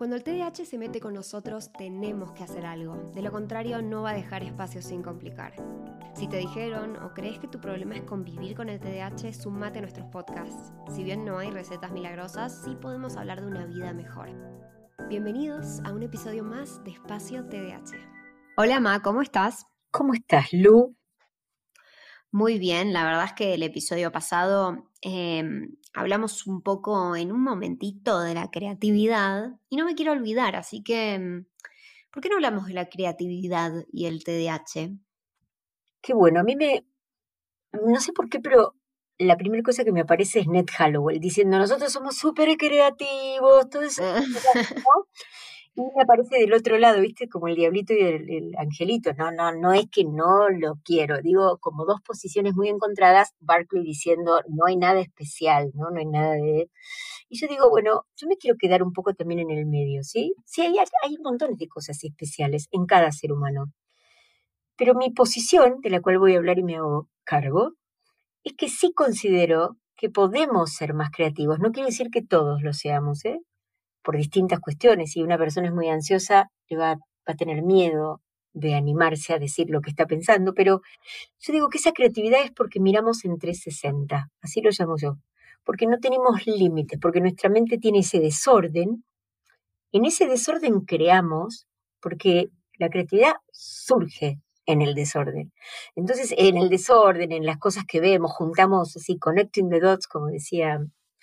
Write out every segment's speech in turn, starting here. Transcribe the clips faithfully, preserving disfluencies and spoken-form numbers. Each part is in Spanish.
Cuando el T D A H se mete con nosotros, tenemos que hacer algo. De lo contrario, no va a dejar espacio sin complicar. Si te dijeron o crees que tu problema es convivir con el T D A H, sumate a nuestros podcasts. Si bien no hay recetas milagrosas, sí podemos hablar de una vida mejor. Bienvenidos a un episodio más de Espacio T D A H. Hola, Ma, ¿cómo estás? ¿Cómo estás, Lu? Muy bien, la verdad es que el episodio pasado eh, hablamos un poco en un momentito de la creatividad y no me quiero olvidar, así que ¿por qué no hablamos de la creatividad y el T D A H? Qué bueno, a mí me, no sé por qué, pero la primera cosa que me aparece es Ned Hallowell diciendo nosotros somos súper creativos, todo eso, ¿no? Y me aparece del otro lado, ¿viste? Como el diablito y el, el angelito. No, no, no es que no lo quiero. Digo, como dos posiciones muy encontradas, Barclay diciendo no hay nada especial, ¿no? No hay nada de... Y yo digo, bueno, yo me quiero quedar un poco también en el medio, ¿sí? Sí, hay, hay montones de cosas especiales en cada ser humano. Pero mi posición, de la cual voy a hablar y me hago cargo, es que sí considero que podemos ser más creativos. No quiere decir que todos lo seamos, ¿eh? Por distintas cuestiones. Si una persona es muy ansiosa, le va, va a tener miedo de animarse a decir lo que está pensando, pero yo digo que esa creatividad es porque miramos en trescientos sesenta, así lo llamo yo, porque no tenemos límites, porque nuestra mente tiene ese desorden. En ese desorden creamos, porque la creatividad surge en el desorden. Entonces, en el desorden, en las cosas que vemos, juntamos así, connecting the dots, como decía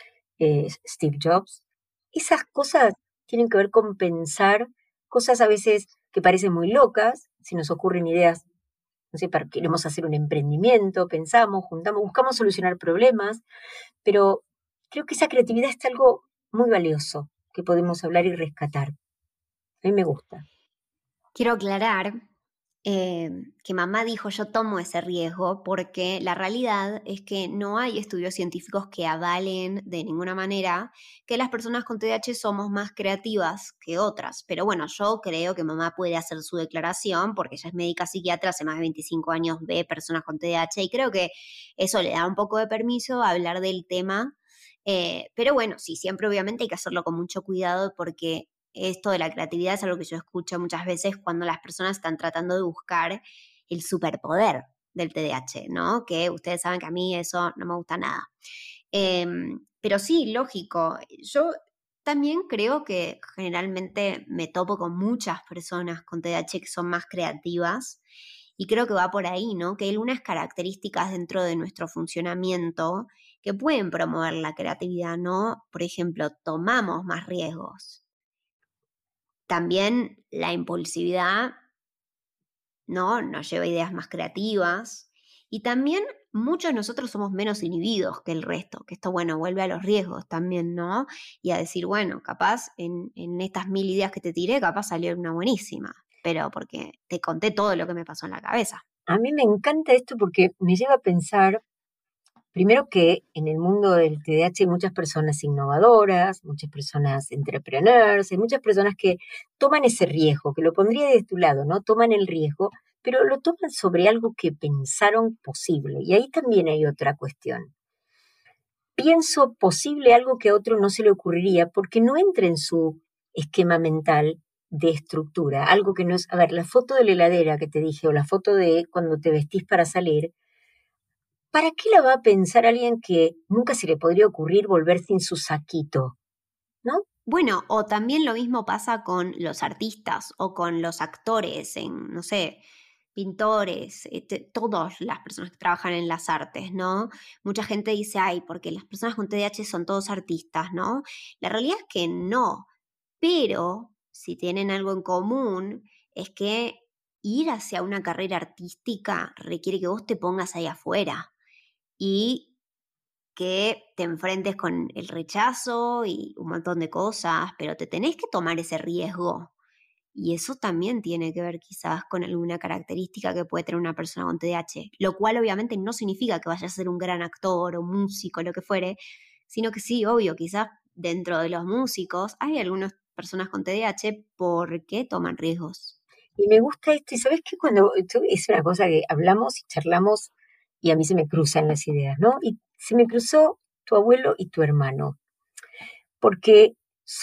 eh, Steve Jobs. Esas cosas tienen que ver con pensar cosas a veces que parecen muy locas, si nos ocurren ideas, no sé, para, queremos hacer un emprendimiento, pensamos, juntamos, buscamos solucionar problemas, pero creo que esa creatividad es algo muy valioso que podemos hablar y rescatar. A mí me gusta. Quiero aclarar eh, que mamá dijo yo tomo ese riesgo porque la realidad es que no hay estudios científicos que avalen de ninguna manera que las personas con T D A H somos más creativas que otras. Pero bueno, yo creo que mamá puede hacer su declaración porque ella es médica psiquiatra, hace más de veinticinco años ve personas con T D A H y creo que eso le da un poco de permiso a hablar del tema. Eh, pero bueno, sí, siempre obviamente hay que hacerlo con mucho cuidado porque esto de la creatividad es algo que yo escucho muchas veces cuando las personas están tratando de buscar el superpoder del T D A H, ¿no? Que ustedes saben que a mí eso no me gusta nada. Eh, pero sí, lógico. Yo también creo que generalmente me topo con muchas personas con T D A H que son más creativas y creo que va por ahí, ¿no? Que hay algunas características dentro de nuestro funcionamiento que pueden promover la creatividad, ¿no? Por ejemplo, tomamos más riesgos. También la impulsividad, ¿no? Nos lleva a ideas más creativas. Y también muchos de nosotros somos menos inhibidos que el resto, que esto, bueno, vuelve a los riesgos también, ¿no? Y a decir, bueno, capaz en, en estas mil ideas que te tiré, capaz salió una buenísima, pero porque te conté todo lo que me pasó en la cabeza. A mí me encanta esto porque me lleva a pensar, primero que en el mundo del T D A H hay muchas personas innovadoras, muchas personas entrepreneurs, hay muchas personas que toman ese riesgo, que lo pondría de tu lado, ¿no? Toman el riesgo, pero lo toman sobre algo que pensaron posible. Y ahí también hay otra cuestión. Pienso posible algo que a otro no se le ocurriría porque no entra en su esquema mental de estructura, algo que no es, a ver, la foto de la heladera que te dije o la foto de cuando te vestís para salir, ¿para qué la va a pensar alguien que nunca se le podría ocurrir volver sin su saquito? ¿No? Bueno, o también lo mismo pasa con los artistas o con los actores en, no sé, pintores, este, todas las personas que trabajan en las artes, ¿no? Mucha gente dice, ay, porque las personas con T D A H son todos artistas, ¿no? La realidad es que no, pero si tienen algo en común es que ir hacia una carrera artística requiere que vos te pongas ahí afuera y que te enfrentes con el rechazo y un montón de cosas, pero te tenés que tomar ese riesgo. Y eso también tiene que ver quizás con alguna característica que puede tener una persona con T D A H, lo cual obviamente no significa que vaya a ser un gran actor o músico, lo que fuere, sino que sí, obvio, quizás dentro de los músicos hay algunas personas con T D A H porque toman riesgos. Y me gusta esto, y sabes que cuando esto es una cosa que hablamos y charlamos, y a mí se me cruzan las ideas, ¿no? Y se me cruzó tu abuelo y tu hermano, porque son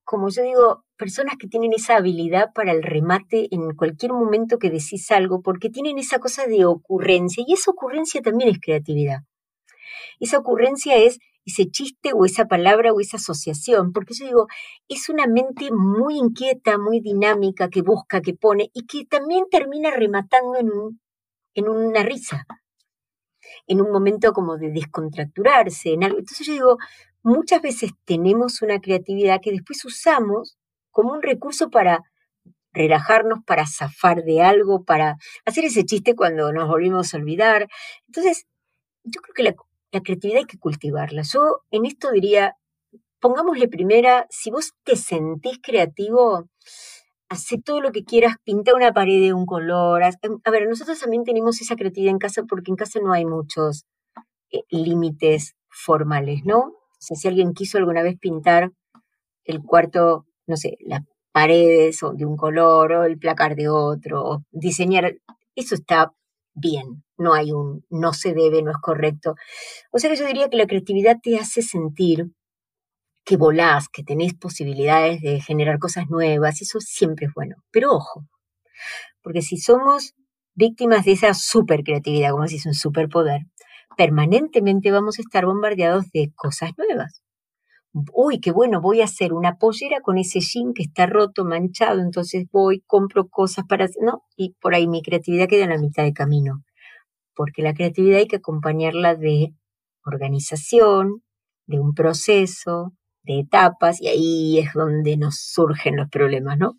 como yo digo, personas que tienen esa habilidad para el remate en cualquier momento que decís algo, porque tienen esa cosa de ocurrencia, y esa ocurrencia también es creatividad. Esa ocurrencia es ese chiste o esa palabra o esa asociación, porque yo digo, es una mente muy inquieta, muy dinámica, que busca, que pone, y que también termina rematando en, un, en una risa, en un momento como de descontracturarse, en algo. Entonces yo digo, muchas veces tenemos una creatividad que después usamos como un recurso para relajarnos, para zafar de algo, para hacer ese chiste cuando nos volvimos a olvidar. Entonces, yo creo que la, la creatividad hay que cultivarla. Yo en esto diría, pongámosle primera, si vos te sentís creativo, hacé todo lo que quieras, pinta una pared de un color. haz- A ver, nosotros también tenemos esa creatividad en casa porque en casa no hay muchos eh, límites formales, ¿no? O sea, si alguien quiso alguna vez pintar el cuarto, no sé, las paredes o de un color o el placar de otro, o diseñar, eso está bien, no hay un no se debe, no es correcto. O sea que yo diría que la creatividad te hace sentir que volás, que tenés posibilidades de generar cosas nuevas, y eso siempre es bueno. Pero ojo, porque si somos víctimas de esa super creatividad, como si es un superpoder, permanentemente vamos a estar bombardeados de cosas nuevas. Uy, qué bueno, voy a hacer una pollera con ese jean que está roto, manchado, entonces voy, compro cosas para hacer, ¿no? Y por ahí mi creatividad queda en la mitad de camino, porque la creatividad hay que acompañarla de organización, de un proceso, de etapas, y ahí es donde nos surgen los problemas, ¿no?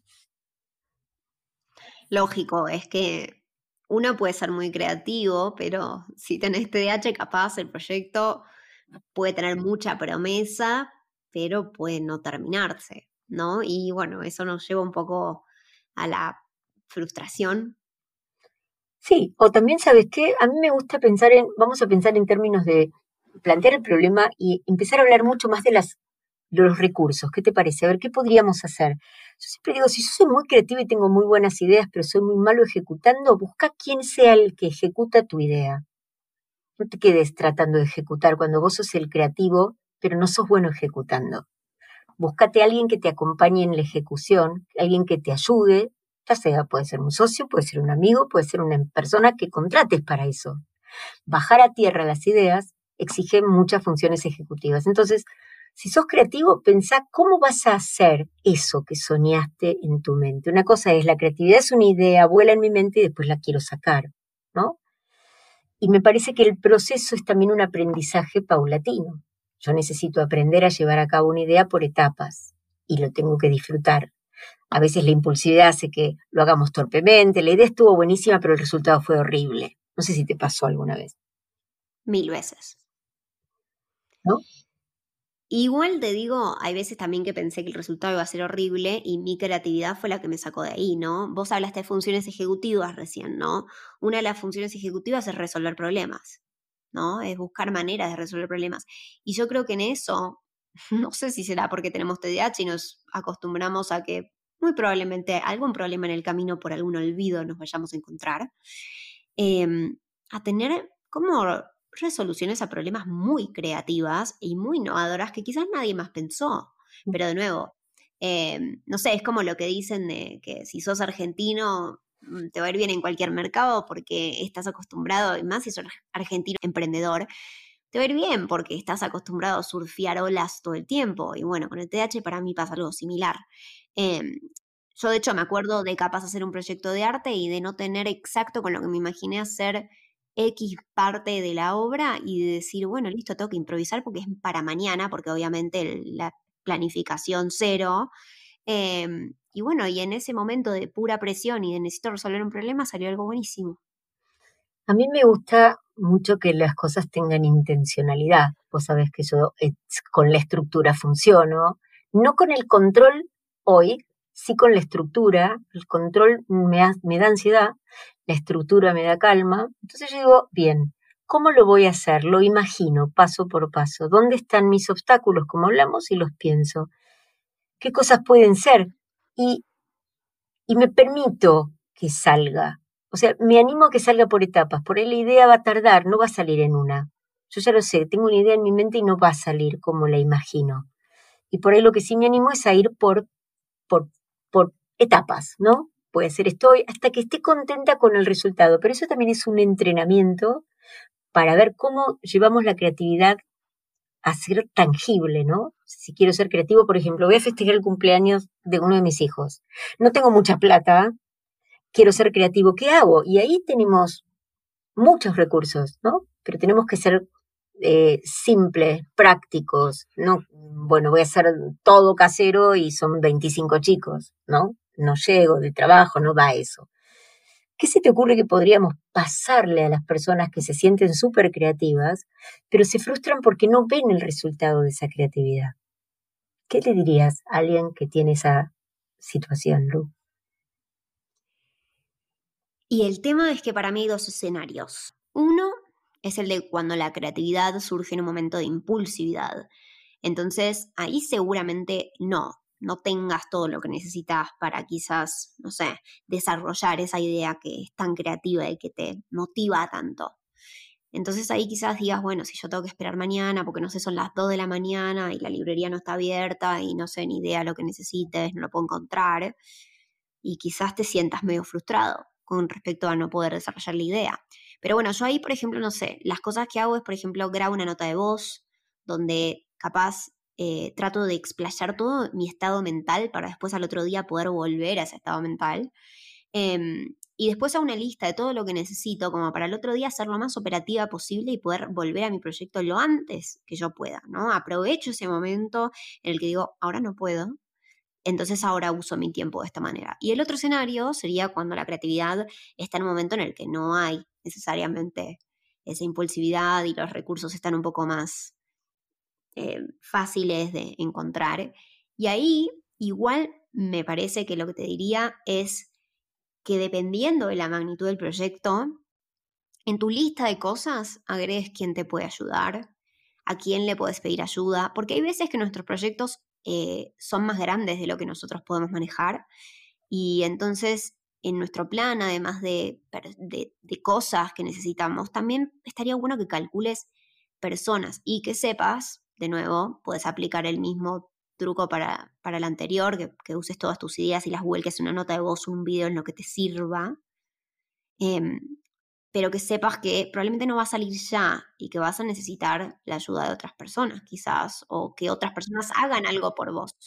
Lógico, es que uno puede ser muy creativo, pero si tenés T D A H, capaz el proyecto puede tener mucha promesa, pero puede no terminarse, ¿no? Y bueno, eso nos lleva un poco a la frustración. Sí, o también, ¿sabes qué? A mí me gusta pensar en, vamos a pensar en términos de plantear el problema y empezar a hablar mucho más de las de los recursos. ¿Qué te parece? A ver, ¿qué podríamos hacer? Yo siempre digo, si yo soy muy creativa y tengo muy buenas ideas, pero soy muy malo ejecutando, busca quién sea el que ejecuta tu idea. No te quedes tratando de ejecutar cuando vos sos el creativo, pero no sos bueno ejecutando. Búscate a alguien que te acompañe en la ejecución, alguien que te ayude, ya sea, puede ser un socio, puede ser un amigo, puede ser una persona que contrates para eso. Bajar a tierra las ideas exige muchas funciones ejecutivas. Entonces, si sos creativo, pensá cómo vas a hacer eso que soñaste en tu mente. Una cosa es, la creatividad es una idea, vuela en mi mente y después la quiero sacar, ¿no? Y me parece que el proceso es también un aprendizaje paulatino. Yo necesito aprender a llevar a cabo una idea por etapas y lo tengo que disfrutar. A veces la impulsividad hace que lo hagamos torpemente, la idea estuvo buenísima, pero el resultado fue horrible. No sé si te pasó alguna vez, Mil veces. ¿no? Igual te digo, hay veces también que pensé que el resultado iba a ser horrible y mi creatividad fue la que me sacó de ahí, ¿no? Vos hablaste de funciones ejecutivas recién, ¿no? Una de las funciones ejecutivas es resolver problemas, ¿no? Es buscar maneras de resolver problemas. Y yo creo que en eso, no sé si será porque tenemos T D A H y nos acostumbramos a que muy probablemente algún problema en el camino por algún olvido nos vayamos a encontrar, em, a tener como resoluciones a problemas muy creativas y muy innovadoras que quizás nadie más pensó. Pero de nuevo, em, no sé, es como lo que dicen de que si sos argentino mm, te va a ir bien en cualquier mercado porque estás acostumbrado, y más si sos argentino emprendedor, te va a ir bien porque estás acostumbrado a surfear olas todo el tiempo. Y bueno, con el T D A H para mí pasa algo similar. Em, yo de hecho me acuerdo de capaz hacer un proyecto de arte y de no tener exacto con lo que me imaginé hacer X parte de la obra y de decir, bueno, listo, tengo que improvisar porque es para mañana, porque obviamente el- la planificación cero. Em, y bueno, y en ese momento de pura presión y de necesito resolver un problema salió algo buenísimo. A mí me gusta mucho que las cosas tengan intencionalidad. Vos sabés que yo eh, con la estructura funciono, no con el control hoy, sí con la estructura. El control me, ha- me da ansiedad, la estructura me da calma. Entonces yo digo, bien, ¿cómo lo voy a hacer? Lo imagino paso por paso. ¿Dónde están mis obstáculos, como hablamos? Y los pienso. ¿Qué cosas pueden ser? Y y me permito que salga. O sea, me animo a que salga por etapas. Por ahí la idea va a tardar, no va a salir en una. Yo ya lo sé, tengo una idea en mi mente y no va a salir como la imagino. Y por ahí lo que sí me animo es a ir por, por, por etapas, ¿no? Puede ser estoy hasta que esté contenta con el resultado, pero eso también es un entrenamiento para ver cómo llevamos la creatividad a ser tangible, ¿no? Si quiero ser creativo, por ejemplo, voy a festejar el cumpleaños de uno de mis hijos. No tengo mucha plata, quiero ser creativo, ¿qué hago? Y ahí tenemos muchos recursos, ¿no? Pero tenemos que ser eh, simples, prácticos, ¿no? Bueno, voy a hacer todo casero y son veinticinco chicos, ¿no? No llego del trabajo, no da eso. ¿Qué se te ocurre que podríamos pasarle a las personas que se sienten súper creativas, pero se frustran porque no ven el resultado de esa creatividad? ¿Qué le dirías a alguien que tiene esa situación, Lu? Y el tema es que para mí hay dos escenarios. Uno es el de cuando la creatividad surge en un momento de impulsividad. Entonces, ahí seguramente no, no tengas todo lo que necesitas para quizás, no sé, desarrollar esa idea que es tan creativa y que te motiva tanto. Entonces ahí quizás digas, bueno, si yo tengo que esperar mañana porque no sé, son las dos de la mañana y la librería no está abierta y no sé ni idea lo que necesites, no lo puedo encontrar, y quizás te sientas medio frustrado con respecto a no poder desarrollar la idea. Pero bueno, yo ahí, por ejemplo, no sé, las cosas que hago es, por ejemplo, grabo una nota de voz donde capaz eh, trato de explayar todo mi estado mental para después al otro día poder volver a ese estado mental. Eh, y después hago una lista de todo lo que necesito como para el otro día ser lo más operativa posible y poder volver a mi proyecto lo antes que yo pueda, ¿no? Aprovecho ese momento en el que digo, ahora no puedo, entonces ahora uso mi tiempo de esta manera. Y el otro escenario sería cuando la creatividad está en un momento en el que no hay necesariamente esa impulsividad y los recursos están un poco más eh, fáciles de encontrar. Y ahí igual me parece que lo que te diría es que dependiendo de la magnitud del proyecto, en tu lista de cosas agregues quién te puede ayudar, a quién le puedes pedir ayuda, porque hay veces que nuestros proyectos eh, son más grandes de lo que nosotros podemos manejar y entonces en nuestro plan, además de, de, de cosas que necesitamos, también estaría bueno que calcules personas y que sepas, de nuevo, puedes aplicar el mismo truco para, para el anterior, que, que uses todas tus ideas y las vuelques en una nota de voz o un video en lo que te sirva. Eh, pero que sepas que probablemente no va a salir ya y que vas a necesitar la ayuda de otras personas, quizás, o que otras personas hagan algo por vos.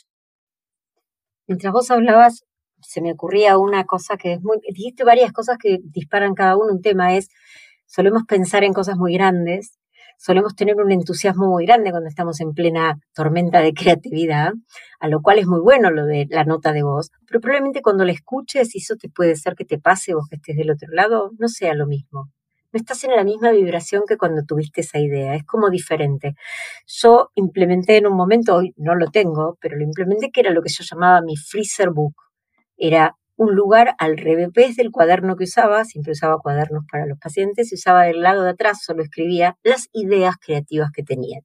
Mientras vos hablabas, se me ocurría una cosa que es muy... Dijiste varias cosas que disparan cada uno. Un tema es, solemos pensar en cosas muy grandes, solemos tener un entusiasmo muy grande cuando estamos en plena tormenta de creatividad, a lo cual es muy bueno lo de la nota de voz, pero probablemente cuando la escuches, y eso te puede ser que te pase vos que estés del otro lado, no sea lo mismo. No estás en la misma vibración que cuando tuviste esa idea, es como diferente. Yo implementé en un momento, hoy no lo tengo, pero lo implementé que era lo que yo llamaba mi freezer book. Era un lugar al revés del cuaderno que usaba, siempre usaba cuadernos para los pacientes, y usaba del lado de atrás, solo escribía las ideas creativas que tenían.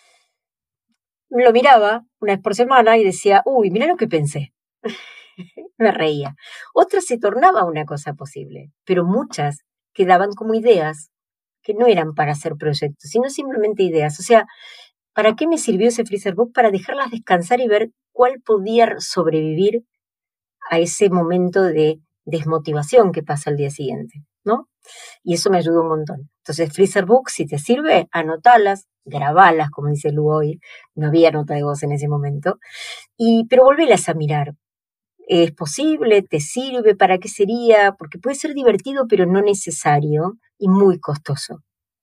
Lo miraba una vez por semana y decía, uy, mira lo que pensé. Me reía. Otra se tornaba una cosa posible, pero muchas quedaban como ideas que no eran para hacer proyectos, sino simplemente ideas. O sea, ¿para qué me sirvió ese freezer book? Para dejarlas descansar y ver cuál podía sobrevivir a ese momento de desmotivación que pasa al día siguiente, ¿no? Y eso me ayudó un montón. Entonces, freezer book, si te sirve, anotalas, grabalas, como dice Lu hoy. No había nota de voz en ese momento. Y, pero volvelas a mirar. ¿Es posible? ¿Te sirve? ¿Para qué sería? Porque puede ser divertido, pero no necesario y muy costoso.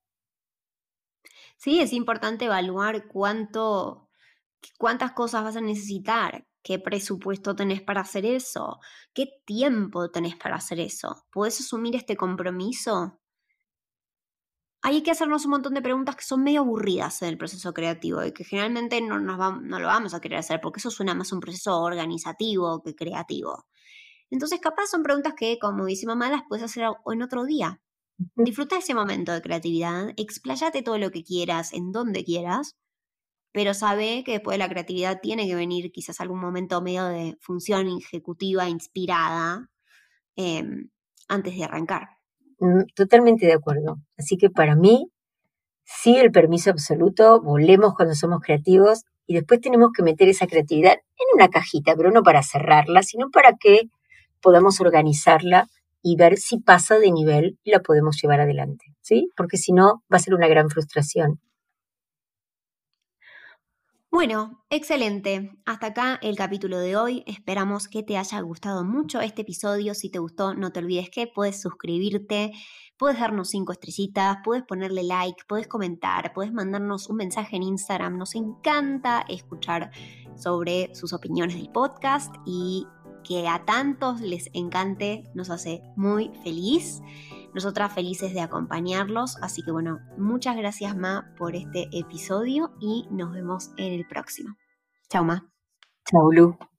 Sí, es importante evaluar cuánto, cuántas cosas vas a necesitar, qué presupuesto tenés para hacer eso, qué tiempo tenés para hacer eso. ¿Podés asumir este compromiso? Hay que hacernos un montón de preguntas que son medio aburridas en el proceso creativo y que generalmente no, nos va, no lo vamos a querer hacer porque eso suena más a un proceso organizativo que creativo. Entonces, capaz son preguntas que, como dice mamá, las puedes hacer en otro día. Disfruta ese momento de creatividad, expláyate todo lo que quieras, en donde quieras, pero sabe que después de la creatividad tiene que venir quizás algún momento medio de función ejecutiva inspirada eh, antes de arrancar. Totalmente de acuerdo. Así que para mí, sí, el permiso absoluto, volemos cuando somos creativos y después tenemos que meter esa creatividad en una cajita, pero no para cerrarla, sino para que podamos organizarla y ver si pasa de nivel y la podemos llevar adelante, ¿sí? Porque si no, va a ser una gran frustración. Bueno, excelente. Hasta acá el capítulo de hoy. Esperamos que te haya gustado mucho este episodio. Si te gustó, no te olvides que puedes suscribirte, puedes darnos cinco estrellitas, puedes ponerle like, puedes comentar, puedes mandarnos un mensaje en Instagram. Nos encanta escuchar sobre sus opiniones del podcast y que a tantos les encante, nos hace muy feliz. Nosotras felices de acompañarlos, así que bueno, muchas gracias Ma por este episodio y nos vemos en el próximo. Chao Ma. Chau, Lu.